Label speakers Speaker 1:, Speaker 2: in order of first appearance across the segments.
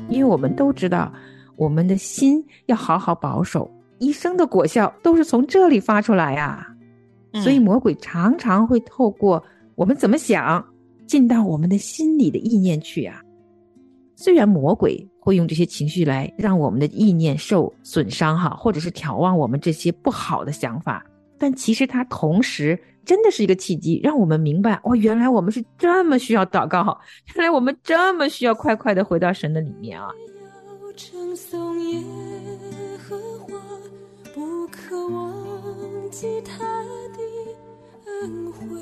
Speaker 1: 因为我们都知道，我们的心要好好保守，一生的果效都是从这里发出来啊。所以魔鬼常常会透过我们怎么想，进到我们的心里的意念去啊。虽然魔鬼会用这些情绪来让我们的意念受损伤或者是挑旺我们这些不好的想法，但其实它同时真的是一个契机，让我们明白原来我们是这么需要祷告，原来我们这么需要快快的回到神的里面啊。
Speaker 2: 要称颂耶和华，不可忘记他的恩惠，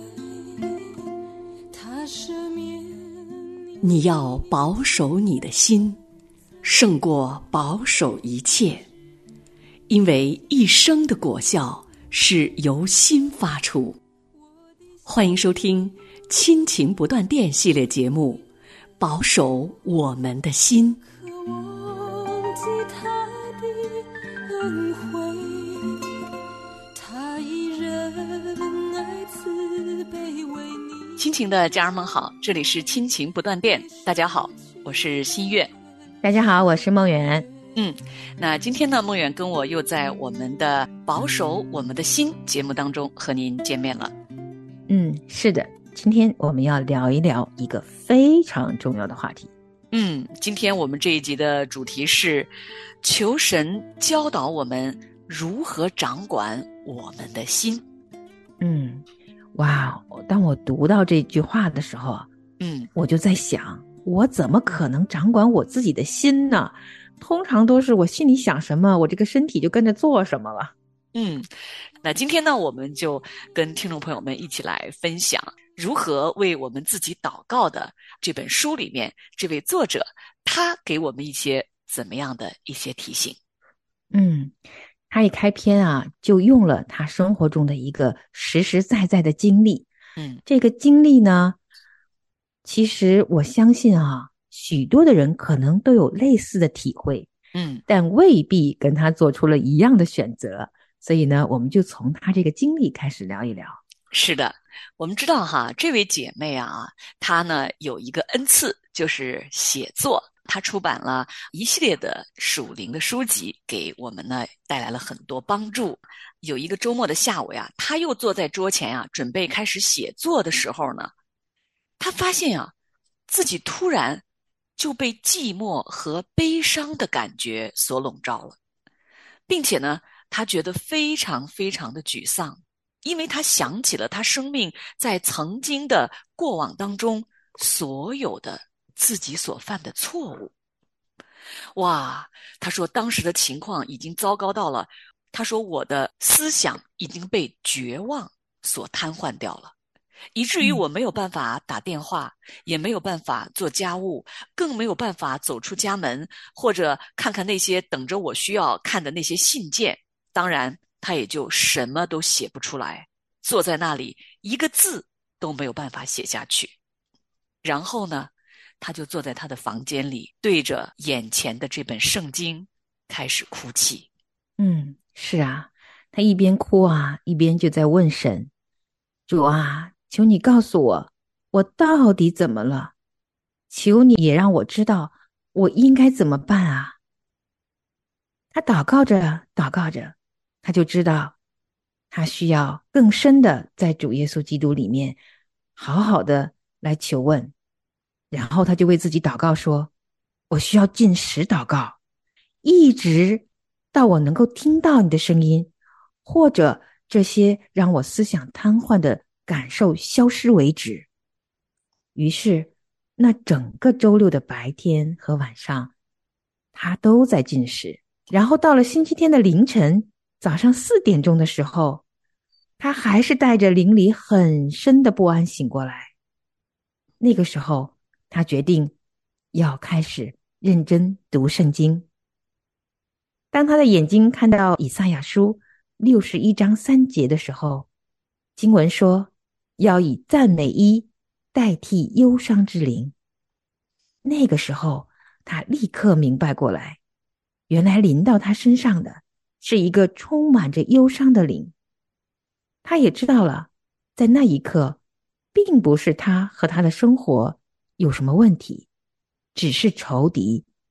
Speaker 2: 他赦免
Speaker 3: 你要保守你的心，胜过保守一切，因为一生的果效是由心发出。欢迎收听亲情不断电系列节目，保守我们的心。
Speaker 2: 可忘记他的恩惠，他以仁爱慈悲为你。
Speaker 3: 亲情的家人们好，这里是亲情不断电。大家好，我是新月。
Speaker 1: 大家好，我是梦圆。
Speaker 3: 那今天呢，梦远跟我又在我们的保守我们的心节目当中和您见面了。
Speaker 1: 是的，今天我们要聊一聊一个非常重要的话题。
Speaker 3: 今天我们这一集的主题是求神教导我们如何掌管我们的心。
Speaker 1: 当我读到这句话的时候，我就在想，我怎么可能掌管我自己的心呢？通常都是我心里想什么，我这个身体就跟着做什么了。
Speaker 3: 那今天呢，我们就跟听众朋友们一起来分享如何为我们自己祷告的这本书里面，这位作者他给我们一些怎么样的一些提醒。
Speaker 1: 他一开篇就用了他生活中的一个实实在在的经历。这个经历呢，其实我相信许多的人可能都有类似的体会，但未必跟他做出了一样的选择。所以呢，我们就从他这个经历开始聊一聊。
Speaker 3: 是的，我们知道这位姐妹她呢有一个恩赐，就是写作。她出版了一系列的属灵的书籍，给我们呢带来了很多帮助。有一个周末的下午她又坐在桌前准备开始写作的时候呢，她发现自己突然就被寂寞和悲伤的感觉所笼罩了，并且呢他觉得非常非常的沮丧，因为他想起了他生命在曾经的过往当中所有的自己所犯的错误。他说当时的情况已经糟糕到了，他说我的思想已经被绝望所瘫痪掉了，以至于我没有办法打电话，也没有办法做家务，更没有办法走出家门，或者看看那些等着我需要看的那些信件。当然他也就什么都写不出来，坐在那里一个字都没有办法写下去。然后呢，他就坐在他的房间里，对着眼前的这本圣经开始哭泣。
Speaker 1: 是他一边哭一边就在问神，主求你告诉我，我到底怎么了？求你也让我知道我应该怎么办他祷告着祷告着，他就知道他需要更深的在主耶稣基督里面好好的来求问。然后他就为自己祷告说，我需要禁食祷告，一直到我能够听到你的声音，或者这些让我思想瘫痪的感受消失为止。于是那整个周六的白天和晚上他都在禁食。然后到了星期天的凌晨，早上4点钟的时候，他还是带着灵里很深的不安醒过来。那个时候他决定要开始认真读圣经。当他的眼睛看到以赛亚书61章3节的时候，经文说要以赞美衣代替忧伤之灵。那个时候他立刻明白过来，原来临到他身上的是一个充满着忧伤的灵。他也知道了，在那一刻并不是他和他的生活有什么问题，只是仇敌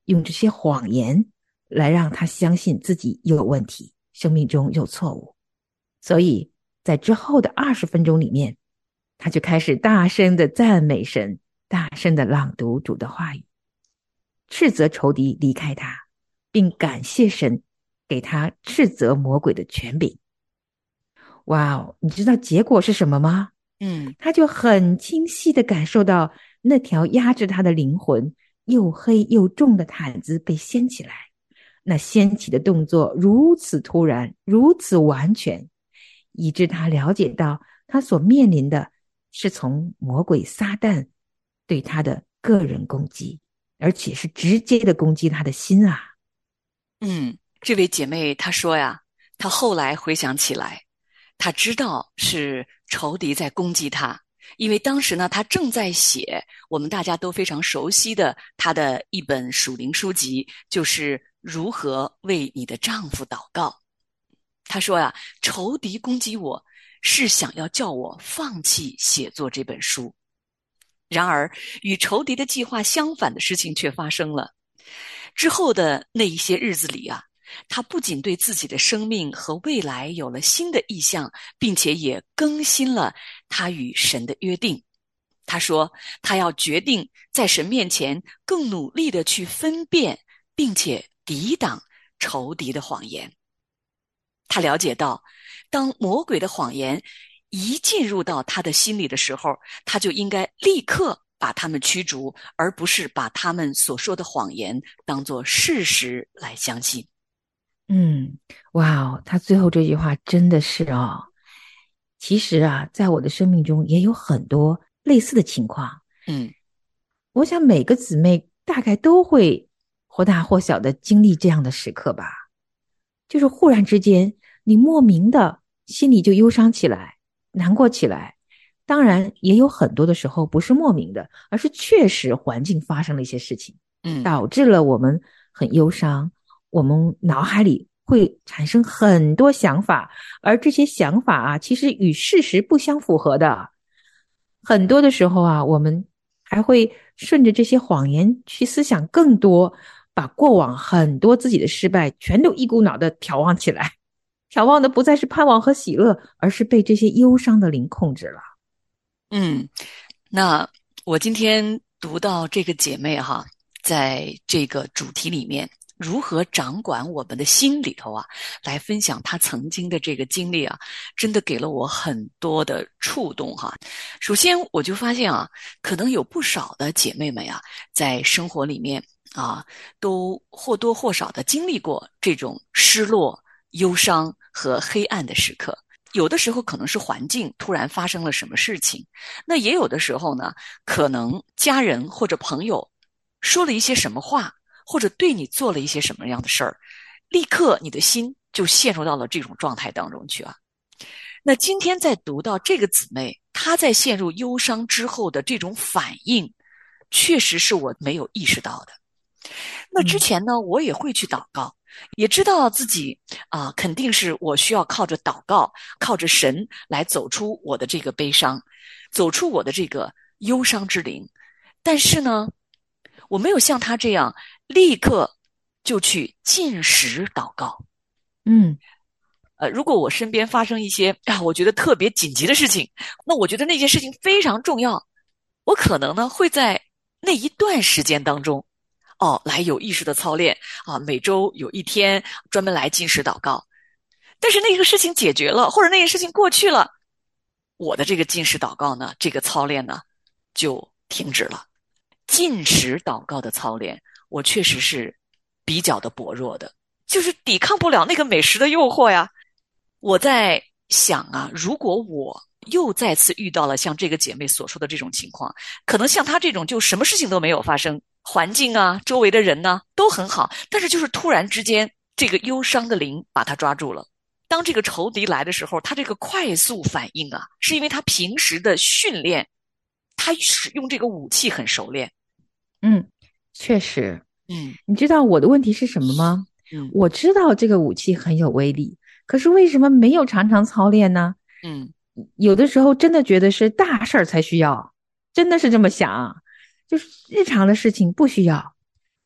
Speaker 1: 用这些谎言来让他相信自己有问题，生命中有错误。所以在之后的20分钟里面，他就开始大声的赞美神，大声的朗读主的话语，斥责仇敌离开他，并感谢神给他斥责魔鬼的权柄。哇哦，你知道结果是什么吗？他就很清晰地感受到那条压制他的灵魂又黑又重的毯子被掀起来，那掀起的动作如此突然，如此完全，以致他了解到他所面临的是从魔鬼撒旦对他的个人攻击，而且是直接的攻击他的心啊。
Speaker 3: 这位姐妹她说呀，她后来回想起来，她知道是仇敌在攻击她，因为当时呢，她正在写我们大家都非常熟悉的她的一本属灵书籍，就是如何为你的丈夫祷告。她说呀，仇敌攻击我是想要叫我放弃写作这本书，然而与仇敌的计划相反的事情却发生了。之后的那一些日子里啊，他不仅对自己的生命和未来有了新的意向，并且也更新了他与神的约定。他说他要决定在神面前更努力地去分辨并且抵挡仇敌的谎言。他了解到，当魔鬼的谎言一进入到他的心里的时候，他就应该立刻把他们驱逐，而不是把他们所说的谎言当作事实来相信。
Speaker 1: 哇哦，他最后这句话真的是哦。其实啊，在我的生命中也有很多类似的情况。我想每个姊妹大概都会或大或小的经历这样的时刻吧，就是忽然之间你莫名的心里就忧伤起来，难过起来。当然也有很多的时候不是莫名的，而是确实环境发生了一些事情，导致了我们很忧伤，我们脑海里会产生很多想法，而这些想法啊，其实与事实不相符合的。很多的时候啊，我们还会顺着这些谎言去思想更多，把过往很多自己的失败全都一股脑的眺望起来，眺望的不再是盼望和喜乐，而是被这些忧伤的灵控制了。
Speaker 3: 那我今天读到这个姐妹哈，在这个主题里面，如何掌管我们的心里头啊，来分享她曾经的这个经历啊，真的给了我很多的触动哈。首先我就发现啊，可能有不少的姐妹们啊，在生活里面啊，都或多或少的经历过这种失落、忧伤和黑暗的时刻。有的时候可能是环境突然发生了什么事情，那也有的时候呢，可能家人或者朋友说了一些什么话，或者对你做了一些什么样的事儿，立刻你的心就陷入到了这种状态当中去啊。那今天在读到这个姊妹，她在陷入忧伤之后的这种反应，确实是我没有意识到的。那之前呢，我也会去祷告，也知道自己肯定是我需要靠着祷告，靠着神来走出我的这个悲伤，走出我的这个忧伤之灵。但是呢，我没有像他这样立刻就去禁食祷告。如果我身边发生一些我觉得特别紧急的事情，那我觉得那件事情非常重要，我可能呢会在那一段时间当中来有意识的操练每周有一天专门来禁食祷告。但是那个事情解决了，或者那个事情过去了，我的这个禁食祷告呢，这个操练呢就停止了。禁食祷告的操练，我确实是比较的薄弱的，就是抵抗不了那个美食的诱惑呀。我在想啊，如果我又再次遇到了像这个姐妹所说的这种情况，可能像她这种就什么事情都没有发生，环境啊，周围的人呢都很好，但是就是突然之间这个忧伤的灵把她抓住了。当这个仇敌来的时候，他这个快速反应啊，是因为他平时的训练，他使用这个武器很熟练。
Speaker 1: 确实。你知道我的问题是什么吗？我知道这个武器很有威力，可是为什么没有常常操练呢？有的时候真的觉得是大事儿才需要，真的是这么想，就是日常的事情不需要。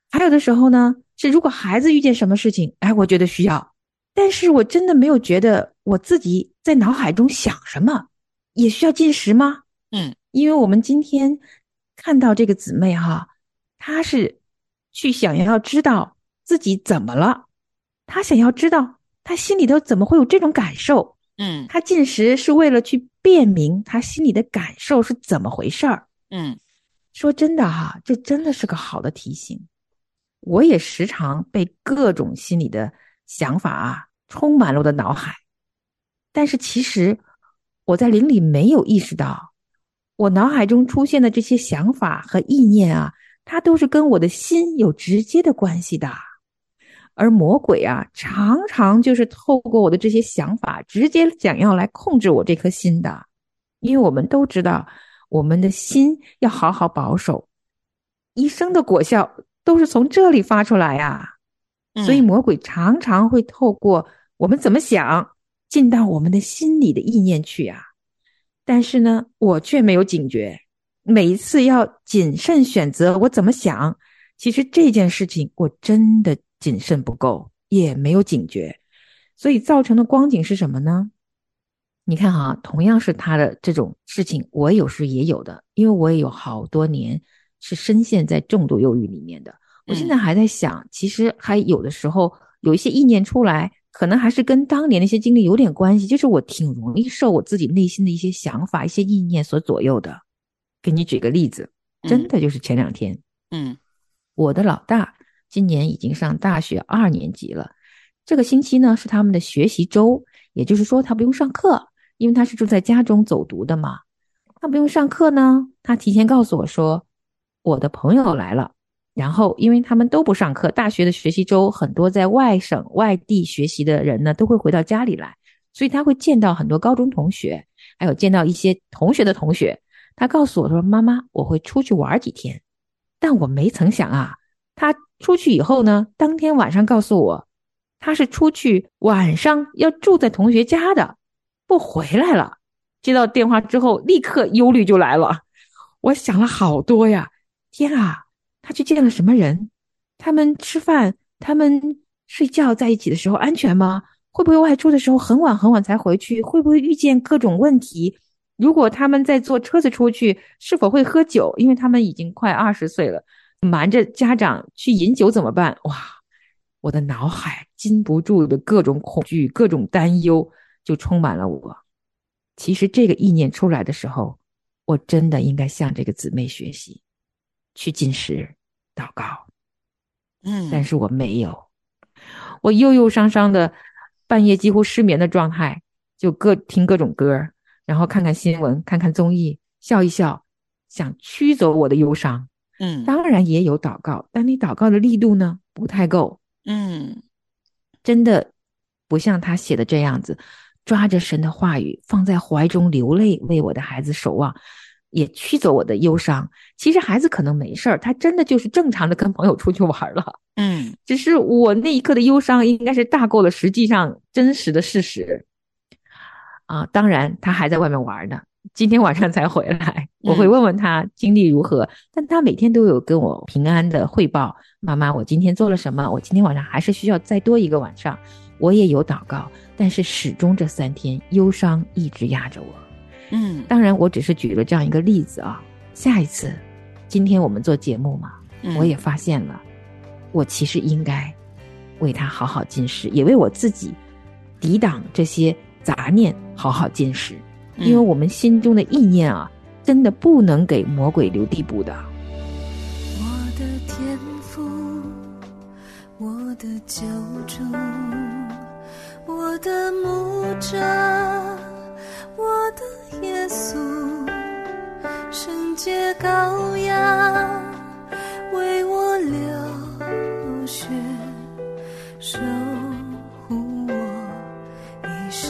Speaker 1: 还有的时候呢，是如果孩子遇见什么事情，哎，我觉得需要，但是我真的没有觉得我自己在脑海中想什么，也需要进食吗？因为我们今天看到这个姊妹哈，她是去想要知道自己怎么了，她想要知道她心里头怎么会有这种感受，她进食是为了去辨明她心里的感受是怎么回事儿。说真的哈，这真的是个好的提醒。我也时常被各种心理的想法啊充满了我的脑海，但是其实我在灵里没有意识到，我脑海中出现的这些想法和意念啊，它都是跟我的心有直接的关系的。而魔鬼啊，常常就是透过我的这些想法，直接想要来控制我这颗心的。因为我们都知道，我们的心要好好保守，一生的果效都是从这里发出来啊。所以魔鬼常常会透过我们怎么想，进到我们的心里的意念去啊。但是呢，我却没有警觉，每一次要谨慎选择我怎么想，其实这件事情我真的谨慎不够，也没有警觉，所以造成的光景是什么呢？你看哈，同样是他的这种事情，我有时也有的，因为我也有好多年是深陷在重度忧郁里面的。我现在还在想，其实还有的时候有一些意念出来，可能还是跟当年那些经历有点关系，就是我挺容易受我自己内心的一些想法、一些意念所左右的。给你举个例子，真的就是前2天，我的老大今年已经上大学2年级了，这个星期呢是他们的学习周，也就是说他不用上课，因为他是住在家中走读的嘛。他不用上课呢，他提前告诉我说我的朋友来了，然后因为他们都不上课，大学的学习周很多在外省外地学习的人呢都会回到家里来，所以他会见到很多高中同学，还有见到一些同学的同学。他告诉我说，妈妈，我会出去玩几天。但我没曾想啊，他出去以后呢，当天晚上告诉我，他是出去晚上要住在同学家的，不回来了。接到电话之后，立刻忧虑就来了。我想了好多呀，天啊，他去见了什么人？他们吃饭，他们睡觉在一起的时候安全吗？会不会外出的时候很晚很晚才回去？会不会遇见各种问题？如果他们在坐车子出去，是否会喝酒？因为他们已经快20岁了，瞒着家长去饮酒怎么办？哇，我的脑海禁不住的各种恐惧、各种担忧就充满了我。其实这个意念出来的时候，我真的应该向这个姊妹学习，去进食、祷告。但是我没有，我忧忧伤伤的，半夜几乎失眠的状态，就听各种歌，然后看看新闻，看看综艺，笑一笑，想驱走我的忧伤。当然也有祷告，但你祷告的力度呢，不太够。真的不像他写的这样子，抓着神的话语放在怀中流泪，为我的孩子守望，也驱走我的忧伤。其实孩子可能没事儿，他真的就是正常的跟朋友出去玩了。只是我那一刻的忧伤应该是大过了实际上真实的事实啊。当然他还在外面玩呢，今天晚上才回来，我会问问他经历如何，但他每天都有跟我平安的汇报，妈妈我今天做了什么，我今天晚上还是需要再多一个晚上。我也有祷告，但是始终这3天忧伤一直压着我。当然我只是举了这样一个例子啊。下一次今天我们做节目嘛，我也发现了我其实应该为他好好进食，也为我自己抵挡这些杂念好好进食。因为我们心中的意念啊，真的不能给魔鬼留地步的。
Speaker 2: 我的天父，我的救主，我的牧者，我的耶稣，圣洁羔羊为我流血，守护我一生。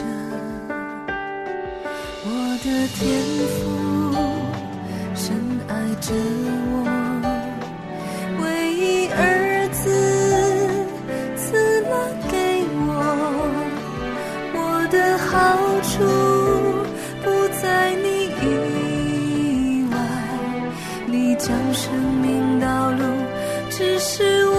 Speaker 2: 我的天父，深爱着我，唯一儿子赐了给我，我的好处不在你以外，你将生命道路指示我。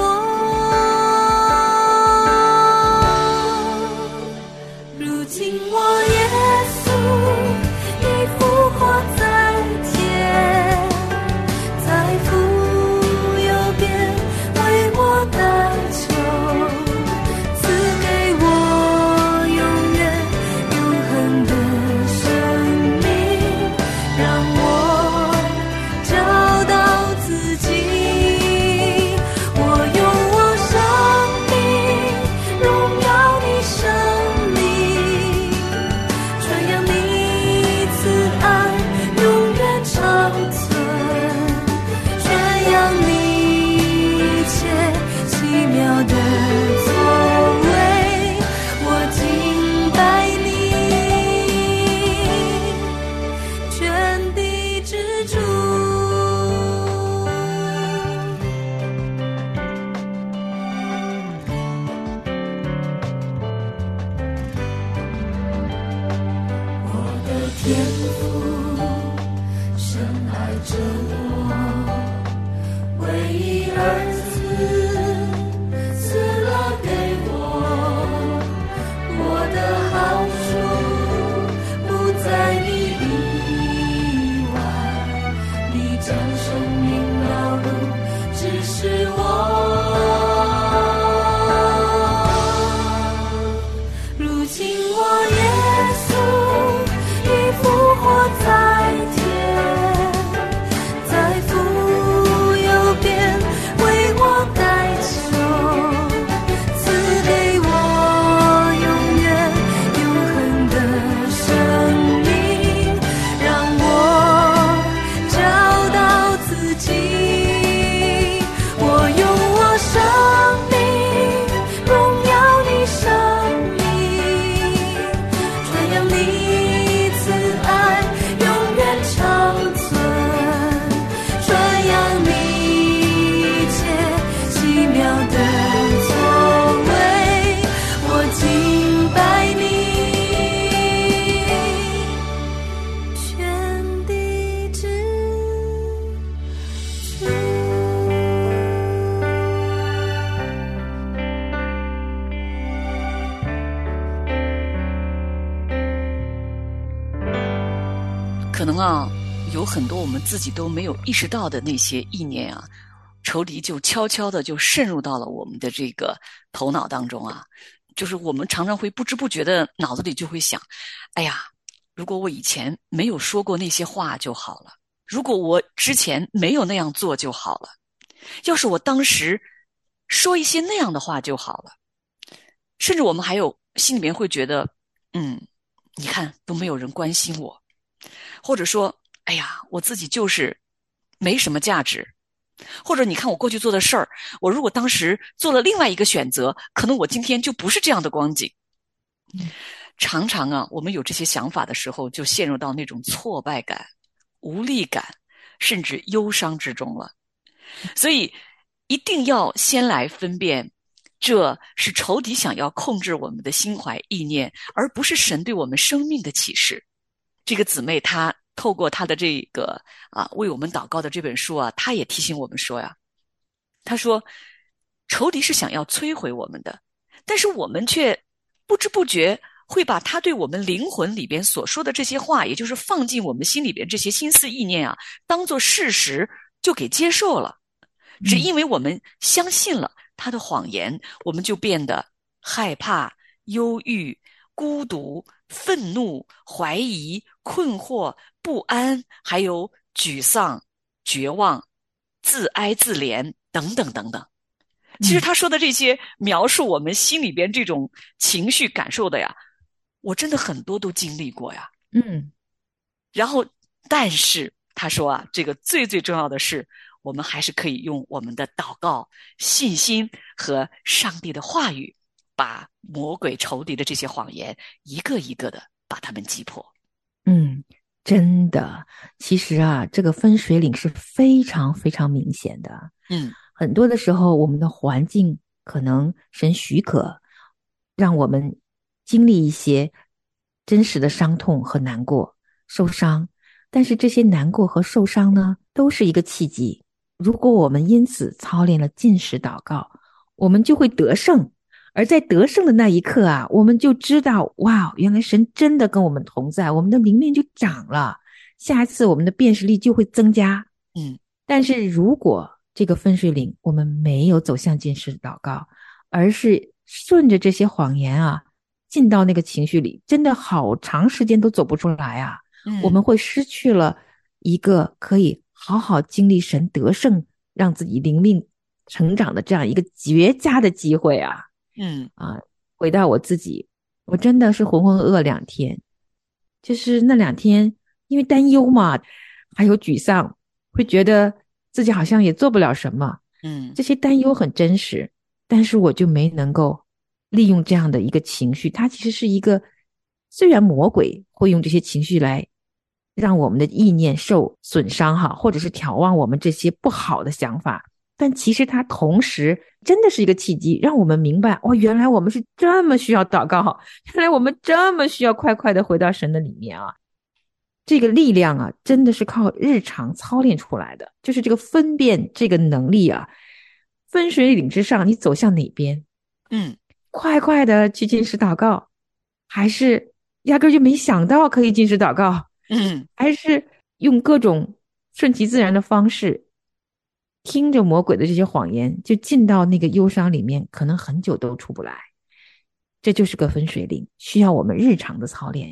Speaker 3: 能啊，有很多我们自己都没有意识到的那些意念啊，仇敌就悄悄的就渗入到了我们的这个头脑当中啊。就是我们常常会不知不觉的脑子里就会想，哎呀，如果我以前没有说过那些话就好了，如果我之前没有那样做就好了，要是我当时说一些那样的话就好了。甚至我们还有心里面会觉得，你看都没有人关心我，或者说，哎呀，我自己就是没什么价值，或者你看我过去做的事儿，我如果当时做了另外一个选择，可能我今天就不是这样的光景。常常啊，我们有这些想法的时候，就陷入到那种挫败感、无力感，甚至忧伤之中了。所以，一定要先来分辨，这是仇敌想要控制我们的心怀意念，而不是神对我们生命的启示。这个姊妹她透过她的这个为我们祷告的这本书啊，她也提醒我们说呀，她说仇敌是想要摧毁我们的，但是我们却不知不觉会把他对我们灵魂里边所说的这些话，也就是放进我们心里边这些心思意念啊，当作事实就给接受了。只因为我们相信了他的谎言，我们就变得害怕、忧郁、孤独、愤怒、怀疑、困惑、不安，还有沮丧、绝望、自哀自怜等等等等。其实他说的这些描述我们心里边这种情绪感受的呀，我真的很多都经历过呀。然后，但是他说啊，这个最最重要的是，我们还是可以用我们的祷告、信心和上帝的话语，把魔鬼仇敌的这些谎言一个一个的把它们击破。
Speaker 1: 真的，其实啊，这个分水岭是非常非常明显的。很多的时候，我们的环境可能神许可，让我们经历一些真实的伤痛和难过、受伤，但是这些难过和受伤呢，都是一个契机。如果我们因此操练了禁食祷告，我们就会得胜。而在得胜的那一刻啊，我们就知道，哇，原来神真的跟我们同在，我们的灵命就长了。下一次我们的辨识力就会增加。但是如果这个分水岭我们没有走向禁食祷告，而是顺着这些谎言啊，进到那个情绪里，真的好长时间都走不出来啊。我们会失去了一个可以好好经历神得胜，让自己灵命成长的这样一个绝佳的机会啊。回到我自己，我真的是浑浑噩噩2天，就是那2天因为担忧嘛，还有沮丧，会觉得自己好像也做不了什么。这些担忧很真实，但是我就没能够利用这样的一个情绪。它其实是一个，虽然魔鬼会用这些情绪来让我们的意念受损伤哈，或者是挑旺我们这些不好的想法，但其实它同时真的是一个契机，让我们明白，原来我们是这么需要祷告，原来我们这么需要快快的回到神的里面啊。这个力量啊，真的是靠日常操练出来的，就是这个分辨这个能力啊，分水岭之上，你走向哪边？快快的去禁食祷告，还是压根就没想到可以禁食祷告？还是用各种顺其自然的方式，听着魔鬼的这些谎言，就进到那个忧伤里面，可能很久都出不来。这就是个分水岭，需要我们日常的操练呀。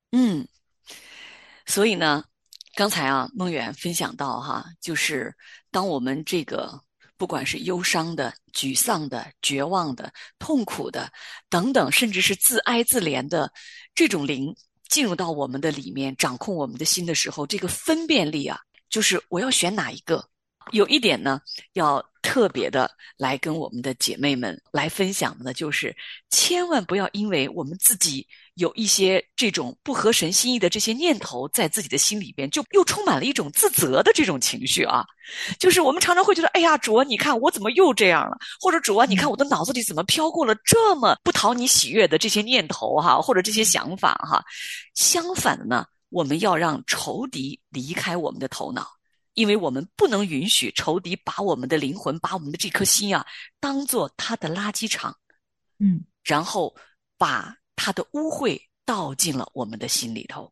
Speaker 3: 所以呢，刚才啊，梦远分享到哈，就是当我们这个不管是忧伤的、沮丧的、绝望的、痛苦的等等，甚至是自哀自怜的这种灵进入到我们的里面，掌控我们的心的时候，这个分辨力啊，就是我要选哪一个。有一点呢，要特别的来跟我们的姐妹们来分享的呢，就是千万不要因为我们自己有一些这种不合神心意的这些念头在自己的心里边，就又充满了一种自责的这种情绪啊。就是我们常常会觉得，哎呀，主啊，你看我怎么又这样了？或者主啊，你看我的脑子里怎么飘过了这么不讨你喜悦的这些念头哈，或者这些想法哈。相反的呢，我们要让仇敌离开我们的头脑。因为我们不能允许仇敌把我们的灵魂，把我们的这颗心啊，当做他的垃圾场，然后把他的污秽倒进了我们的心里头。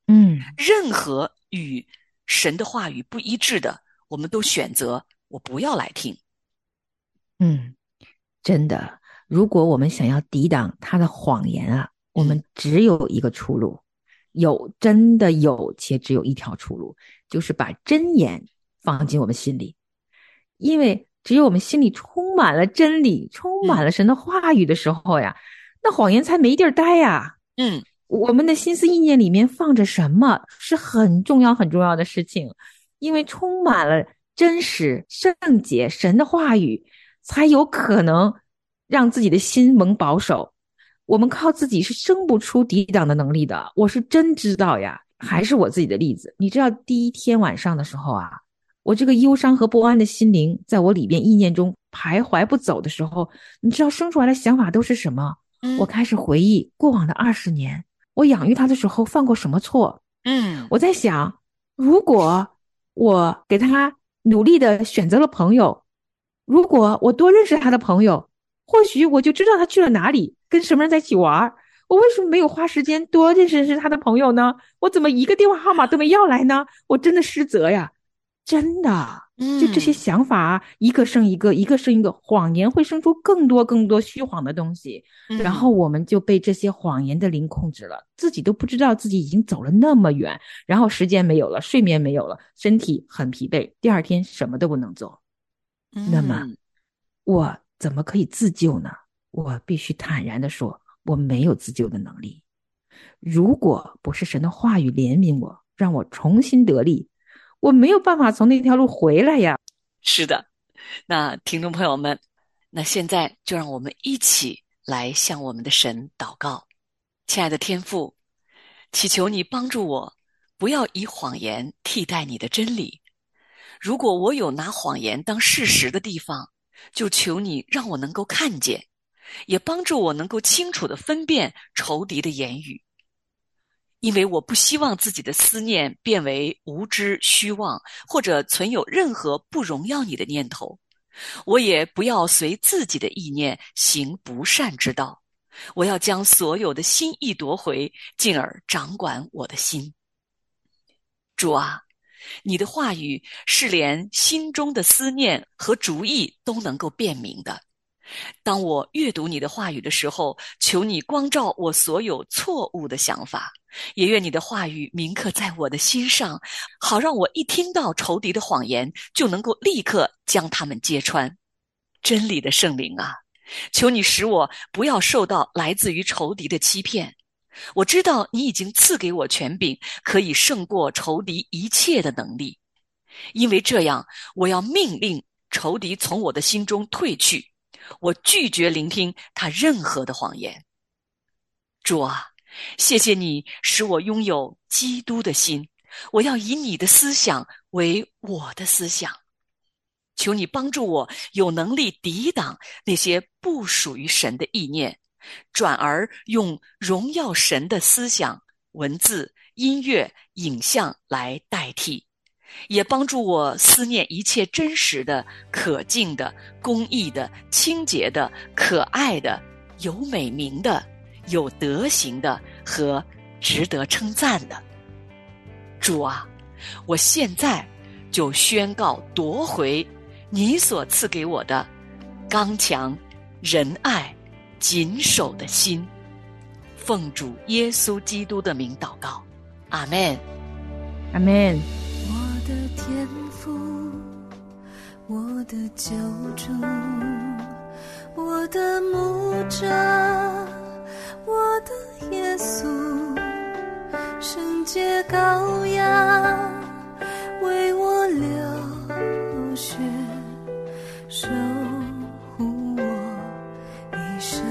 Speaker 1: 嗯
Speaker 3: 任何与神的话语不一致的，我们都选择我不要来听。
Speaker 1: 嗯，真的，如果我们想要抵挡他的谎言啊，我们只有一个出路，真的有且只有一条出路，就是把真言放进我们心里。因为只有我们心里充满了真理，充满了神的话语的时候呀，那谎言才没地儿待呀。
Speaker 3: 嗯
Speaker 1: 我们的心思意念里面放着什么是很重要很重要的事情，因为充满了真实圣洁神的话语，才有可能让自己的心蒙保守。我们靠自己是生不出抵挡的能力的，我是真知道呀。还是我自己的例子，你知道第一天晚上的时候啊，我这个忧伤和不安的心灵在我里边意念中徘徊不走的时候，你知道生出来的想法都是什么？我开始回忆过往的20年，我养育他的时候犯过什么错。我在想，如果我给他努力的选择了朋友，如果我多认识他的朋友，或许我就知道他去了哪里，跟什么人在一起玩。我为什么没有花时间多认识他的朋友呢？我怎么一个电话号码都没要来呢？我真的失责呀，真的。就这些想法，一个生一个，一个生一个，谎言会生出更多更多虚谎的东西，然后我们就被这些谎言的灵控制了，自己都不知道自己已经走了那么远，然后时间没有了，睡眠没有了，身体很疲惫，第二天什么都不能做。那么我怎么可以自救呢？我必须坦然地说，我没有自救的能力。如果不是神的话语怜悯我，让我重新得力，我没有办法从那条路回来呀。
Speaker 3: 是的，那听众朋友们，那现在就让我们一起来向我们的神祷告。亲爱的天父，祈求你帮助我，不要以谎言替代你的真理。如果我有拿谎言当事实的地方，就求你让我能够看见，也帮助我能够清楚地分辨仇敌的言语。因为我不希望自己的思念变为无知虚妄，或者存有任何不荣耀你的念头。我也不要随自己的意念行不善之道。我要将所有的心意夺回，进而掌管我的心。主啊，你的话语是连心中的思念和主意都能够辨明的。当我阅读你的话语的时候，求你光照我所有错误的想法，也愿你的话语铭刻在我的心上，好让我一听到仇敌的谎言，就能够立刻将他们揭穿。真理的圣灵啊，求你使我不要受到来自于仇敌的欺骗。我知道你已经赐给我权柄，可以胜过仇敌一切的能力。因为这样，我要命令仇敌从我的心中退去，我拒绝聆听他任何的谎言。主啊，谢谢你使我拥有基督的心，我要以你的思想为我的思想。求你帮助我有能力抵挡那些不属于神的意念，转而用荣耀神的思想、文字、音乐、影像来代替，也帮助我思念一切真实的、可敬的、公义的、清洁的、可爱的、有美名的、有德行的和值得称赞的。主啊，我现在就宣告夺回你所赐给我的刚强、仁爱、谨守的心。奉主耶稣基督的名祷告，阿们。
Speaker 1: 阿们。
Speaker 2: 我的天父，我的救主，我的牧者，我的耶稣，圣洁羔羊为我流血，守护我一生。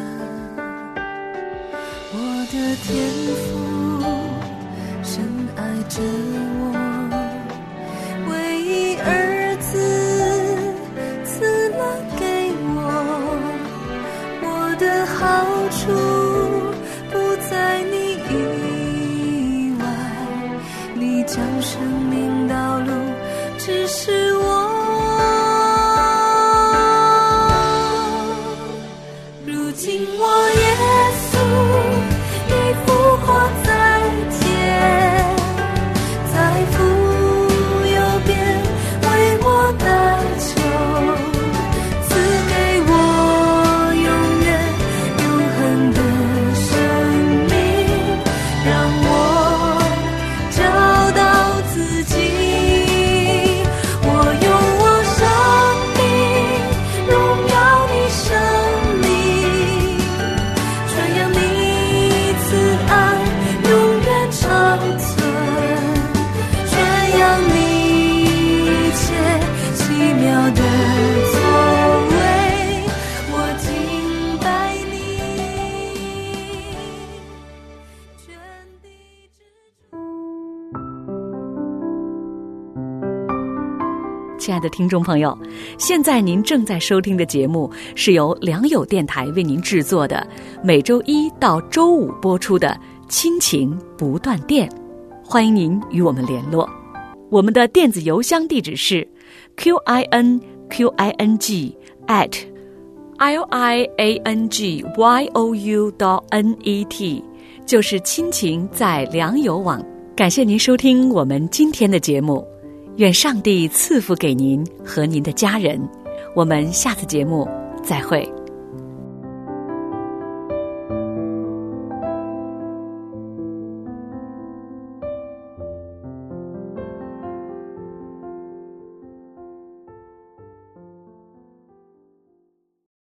Speaker 2: 我的天父深爱着我，唯一儿子赐了给我，我的好处不在你以外，你将生
Speaker 3: 亲爱的听众朋友，现在您正在收听的节目是由良友电台为您制作的，每周一到周五播出的亲情不断电，欢迎您与我们联络。我们的电子邮箱地址是 QINQING@liangyou.net， 就是亲情在良友网。感谢您收听我们今天的节目，愿上帝赐福给您和您的家人。我们下次节目再会。